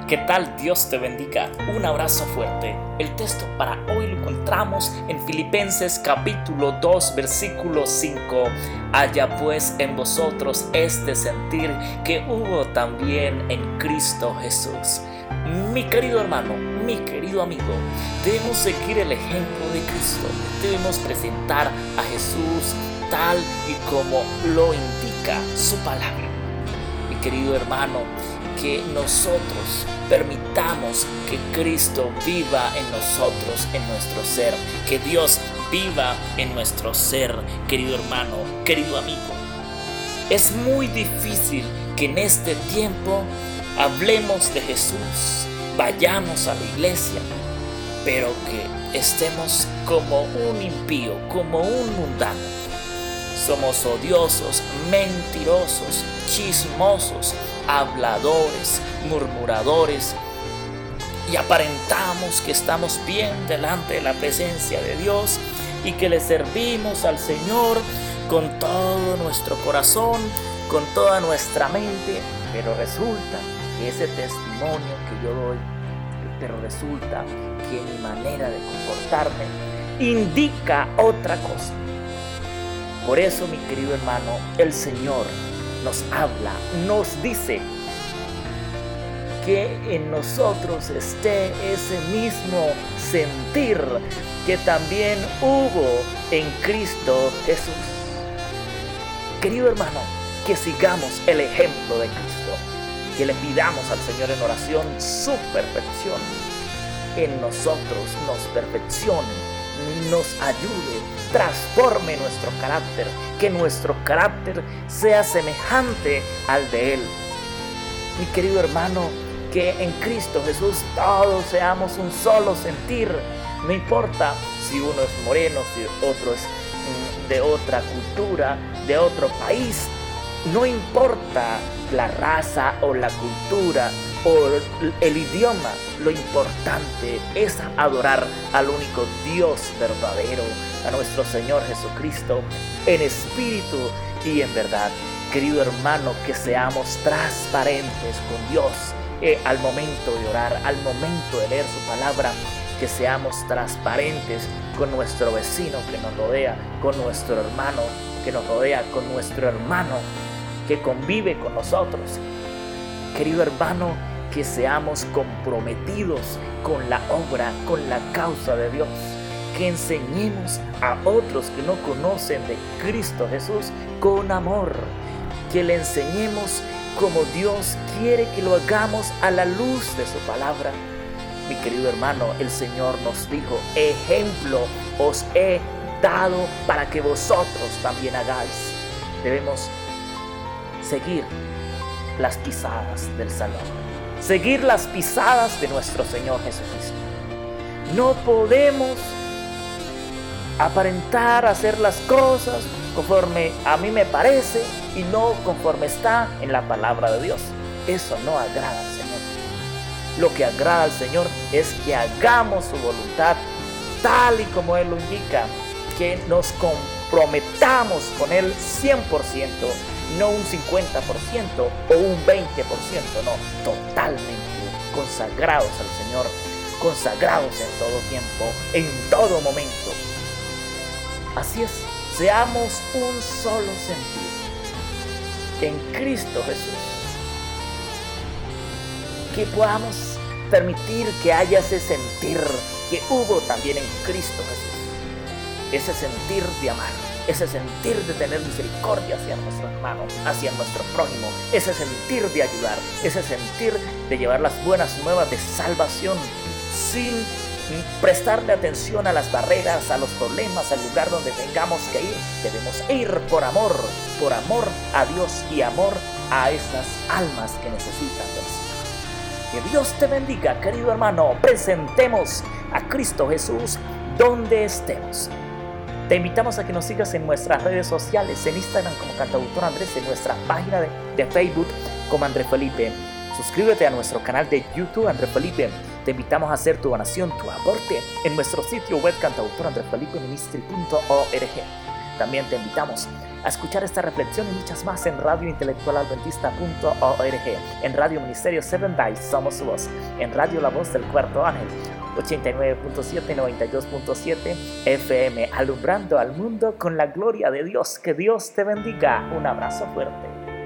¿Qué tal? Dios te bendiga. Un abrazo fuerte. El texto para hoy lo encontramos en Filipenses capítulo 2 versículo 5. Haya pues en vosotros este sentir que hubo también en Cristo Jesús. Mi querido hermano, mi querido amigo, debemos seguir el ejemplo de Cristo. Debemos presentar a Jesús tal y como lo indica su palabra. Mi querido hermano, que nosotros permitamos que Cristo viva en nosotros, en nuestro ser, que Dios viva en nuestro ser, querido hermano, querido amigo. Es muy difícil que en este tiempo hablemos de Jesús, vayamos a la iglesia, pero que estemos como un impío, como un mundano. Somos odiosos, mentirosos, chismosos, habladores, murmuradores, y aparentamos que estamos bien delante de la presencia de Dios y que le servimos al Señor con todo nuestro corazón, con toda nuestra mente, pero resulta que ese testimonio que yo doy, pero resulta que mi manera de comportarme indica otra cosa. Por eso, mi querido hermano, el Señor nos habla, nos dice que en nosotros esté ese mismo sentir que también hubo en Cristo Jesús. Querido hermano, que sigamos el ejemplo de Cristo, que le pidamos al Señor en oración su perfección en nosotros, nos perfeccione, nos ayude, transforme nuestro carácter, que nuestro carácter sea semejante al de Él. Mi querido hermano, que en Cristo Jesús todos seamos un solo sentir. No importa si uno es moreno, si otro es de otra cultura, de otro país. No importa la raza o la cultura o el idioma. Lo importante es adorar al único Dios verdadero, a nuestro Señor Jesucristo, en espíritu y en verdad. Querido hermano, que seamos transparentes con Dios al momento de orar, al momento de leer su palabra, que seamos transparentes con nuestro vecino que nos rodea, con nuestro hermano que nos rodea, con nuestro hermano que convive con nosotros. Querido hermano, que seamos comprometidos con la obra, con la causa de Dios, que enseñemos a otros que no conocen de Cristo Jesús con amor, que le enseñemos como Dios quiere que lo hagamos a la luz de su palabra. Mi querido hermano, el Señor nos dijo: ejemplo os he dado para que vosotros también hagáis. Debemos seguir las pisadas del Salvador, seguir las pisadas de nuestro Señor Jesucristo. No podemos aparentar hacer las cosas conforme a mí me parece y no conforme está en la palabra de Dios. Eso no agrada al Señor. Lo que agrada al Señor es que hagamos su voluntad tal y como Él lo indica, que nos comprometamos con Él 100%, no un 50% o un 20%, no, totalmente consagrados al Señor, consagrados en todo tiempo, en todo momento. Así es, seamos un solo sentir en Cristo Jesús, que podamos permitir que haya ese sentir que hubo también en Cristo Jesús, ese sentir de amar, ese sentir de tener misericordia hacia nuestro hermano, hacia nuestro prójimo, ese sentir de ayudar, ese sentir de llevar las buenas nuevas de salvación sin prestarle atención a las barreras, a los problemas, al lugar donde tengamos que ir. Debemos ir por amor a Dios y amor a esas almas que necesitan del Señor. Que Dios te bendiga, querido hermano. Presentemos a Cristo Jesús donde estemos. Te invitamos a que nos sigas en nuestras redes sociales, en Instagram como Cantautor Andrés, en nuestra página de Facebook como André Felipe. Suscríbete a nuestro canal de YouTube André Felipe. Te invitamos a hacer tu donación, tu aporte en nuestro sitio web cantautorandrefelipeministry.org. También te invitamos a escuchar esta reflexión y muchas más en radiointelectualadventista.org, en Radio Ministerio Seven Days Somos Su Voz, en Radio La Voz del Cuarto Ángel, 89.7 y 92.7 FM, alumbrando al mundo con la gloria de Dios. Que Dios te bendiga. Un abrazo fuerte.